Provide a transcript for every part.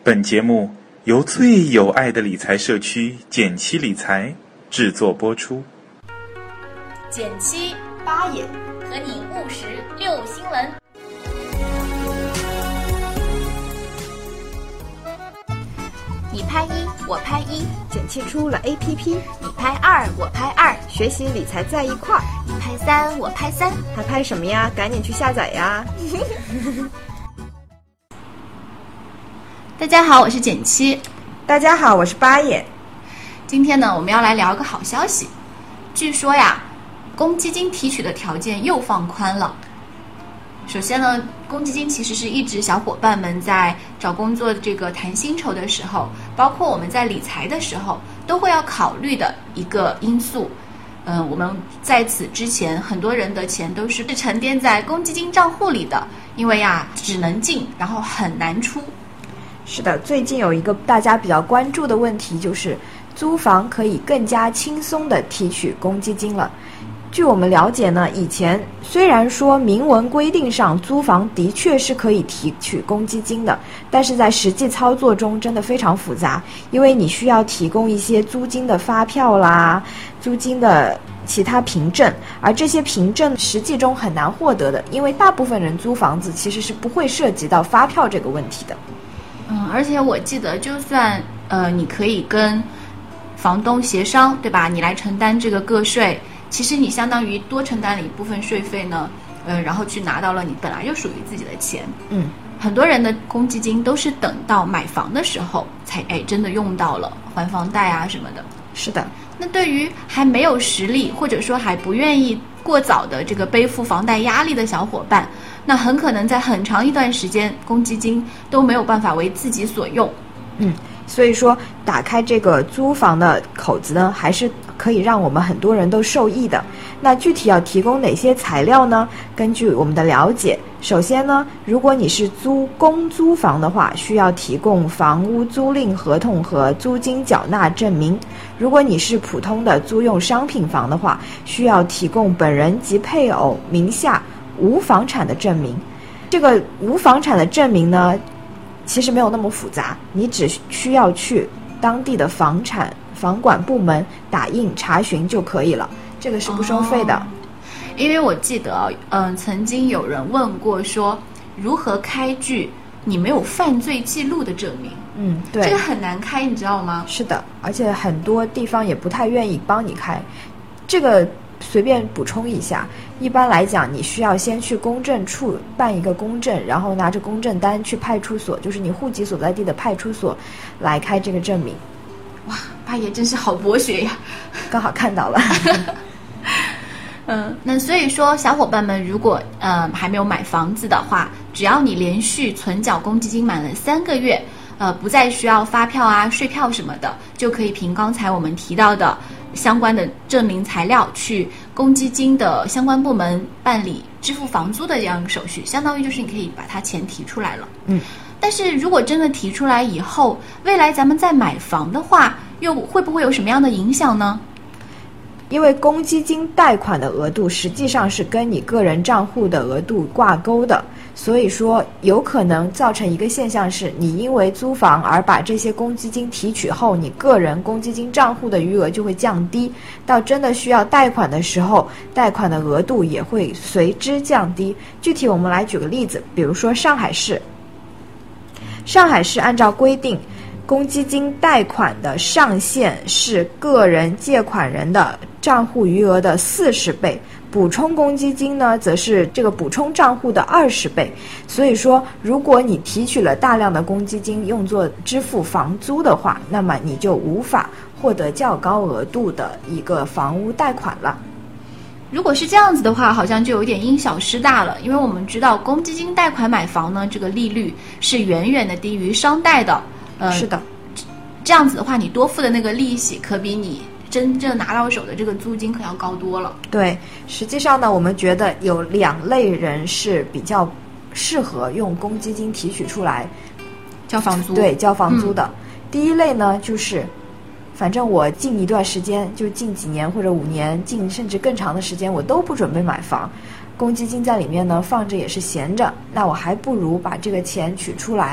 本节目由最有爱的理财社区减七理财制作播出。 减七八也和你务实六新闻。你拍一，我拍一， 减七出了 APP。 你拍二，我拍二， 学习理财在一块儿。 你拍三，我拍三， 还拍什么呀？赶紧去下载呀！ 大家好，我是减七。 大家好，我是八也。 今天呢，我们要来聊个好消息。据说呀，公积金提取的条件又放宽了。首先呢，公积金其实是一直小伙伴们在找工作这个谈薪酬的时候，包括我们在理财的时候，都会要考虑的一个因素。我们在此之前，很多人的钱都是沉淀在公积金账户里的，因为呀，只能进，然后很难出。 是的，最近有一个大家比较关注的问题，就是租房可以更加轻松地提取公积金了。据我们了解呢，以前虽然说明文规定上租房的确是可以提取公积金的，但是在实际操作中真的非常复杂，因为你需要提供一些租金的发票啦，租金的其他凭证，而这些凭证实际中很难获得的，因为大部分人租房子其实是不会涉及到发票这个问题的。 而且我记得，就算你可以跟房东协商，对吧？你来承担这个个税，其实你相当于多承担了一部分税费呢，然后去拿到了你本来就属于自己的钱。很多人的公积金都是等到买房的时候才真的用到了，还房贷啊什么的。 是的。 那对于还没有实力或者说还不愿意过早的这个背负房贷压力的小伙伴，那很可能在很长一段时间公积金都没有办法为自己所用。 所以说打开这个租房的口子呢，还是可以让我们很多人都受益的。那具体要提供哪些材料呢？根据我们的了解，首先呢，如果你是租公租房的话，需要提供房屋租赁合同和租金缴纳证明；如果你是普通的租用商品房的话，需要提供本人及配偶名下无房产的证明。这个无房产的证明呢，其实没有那么复杂，你只需要去当地的房管部门打印查询就可以了，这个是不收费的。 因为我记得曾经有人问过说，如何开具你没有犯罪记录的证明？对，这个很难开，你知道吗？ 是的，而且很多地方也不太愿意帮你开。这个随便补充一下，一般来讲，你需要先去公证处办一个公证，然后拿着公证单去派出所，就是你户籍所在地的派出所来开这个证明。 哇，八爷真是好博学呀！ 刚好看到了。 那所以说，小伙伴们如果还没有买房子的话，只要你连续存缴公积金满了3个月，不再需要发票啊、税票什么的，就可以凭刚才我们提到的相关的证明材料去公积金的相关部门办理支付房租的这样一个手续，相当于就是你可以把它钱提出来了。但是如果真的提出来以后，未来咱们再买房的话，又会不会有什么样的影响呢？ 因为公积金贷款的额度实际上是跟你个人账户的额度挂钩的，所以说有可能造成一个现象是，你因为租房而把这些公积金提取后，你个人公积金账户的余额就会降低，到真的需要贷款的时候，贷款的额度也会随之降低。具体我们来举个例子，比如说上海市按照规定，公积金贷款的上限是个人借款人的账户余额的40倍，补充公积金呢，则是这个补充账户的20倍。所以说，如果你提取了大量的公积金用作支付房租的话，那么你就无法获得较高额度的一个房屋贷款了。 如果是这样子的话，好像就有点因小失大了，因为我们知道公积金贷款买房呢，这个利率是远远的低于商贷的。 是的， 这样子的话，你多付的那个利息可比你真正拿到手的这个租金可要高多了。 对，实际上呢，我们觉得有2类人是比较适合用公积金提取出来交房租。 对，交房租的。第一类呢，就是反正我近一段时间，就近几年或者5年，近甚至更长的时间，我都不准备买房，公积金在里面呢放着也是闲着，那我还不如把这个钱取出来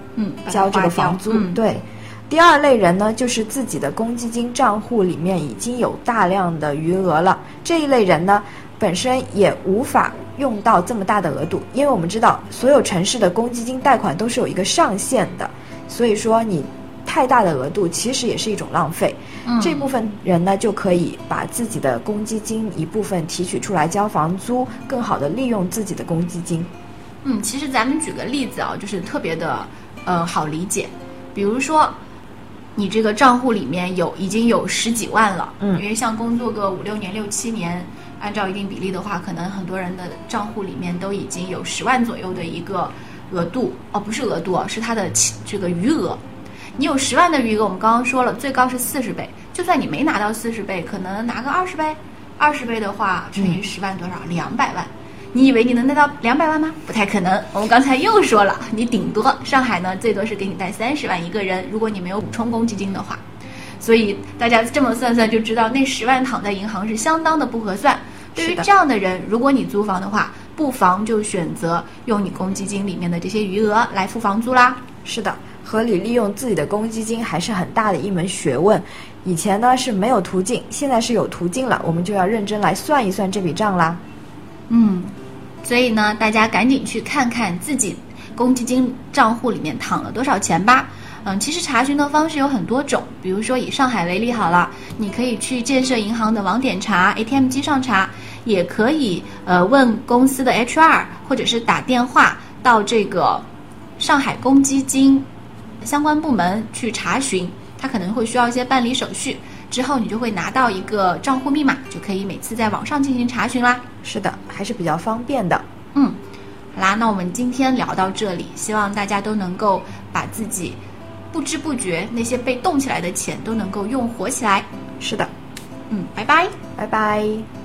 交这个房租。对。第二类人呢，就是自己的公积金账户里面已经有大量的余额了。这一类人呢，本身也无法用到这么大的额度，因为我们知道所有城市的公积金贷款都是有一个上限的，所以说你太大的额度其实也是一种浪费。这部分人呢，就可以把自己的公积金一部分提取出来交房租，更好的利用自己的公积金。 其实咱们举个例子啊，就是特别的好理解。比如说你这个账户里面已经有10几万了，因为像工作个5、6年、6、7年，按照一定比例的话，可能很多人的账户里面都已经有10万左右的一个额度，不是额度，是它的这个余额。你有10万的余额，我们刚刚说了，最高是40倍，就算你没拿到40倍，可能拿个20倍，20倍的话乘以10万多少？200万。你以为你能拿到200万吗？不太可能。我们刚才又说了，你顶多上海呢最多是给你贷30万一个人，如果你没有补充公积金的话。所以大家这么算算就知道，那10万躺在银行是相当的不合算。对于这样的人，如果你租房的话，不妨就选择用你公积金里面的这些余额来付房租啦。 是的，合理利用自己的公积金还是很大的一门学问。以前呢是没有途径，现在是有途径了，我们就要认真来算一算这笔账啦。 所以呢，大家赶紧去看看自己公积金账户里面躺了多少钱吧。其实查询的方式有很多种，比如说以上海为例好了，你可以去建设银行的网点查 ，ATM 机上查，也可以问公司的 HR， 或者是打电话到这个上海公积金相关部门去查询，他可能会需要一些办理手续。之后你就会拿到一个账户密码，就可以每次在网上进行查询啦。 是的，还是比较方便的。 好啦，那我们今天聊到这里，希望大家都能够把自己不知不觉那些被动起来的钱都能够用活起来。 是的， 拜拜， 拜拜。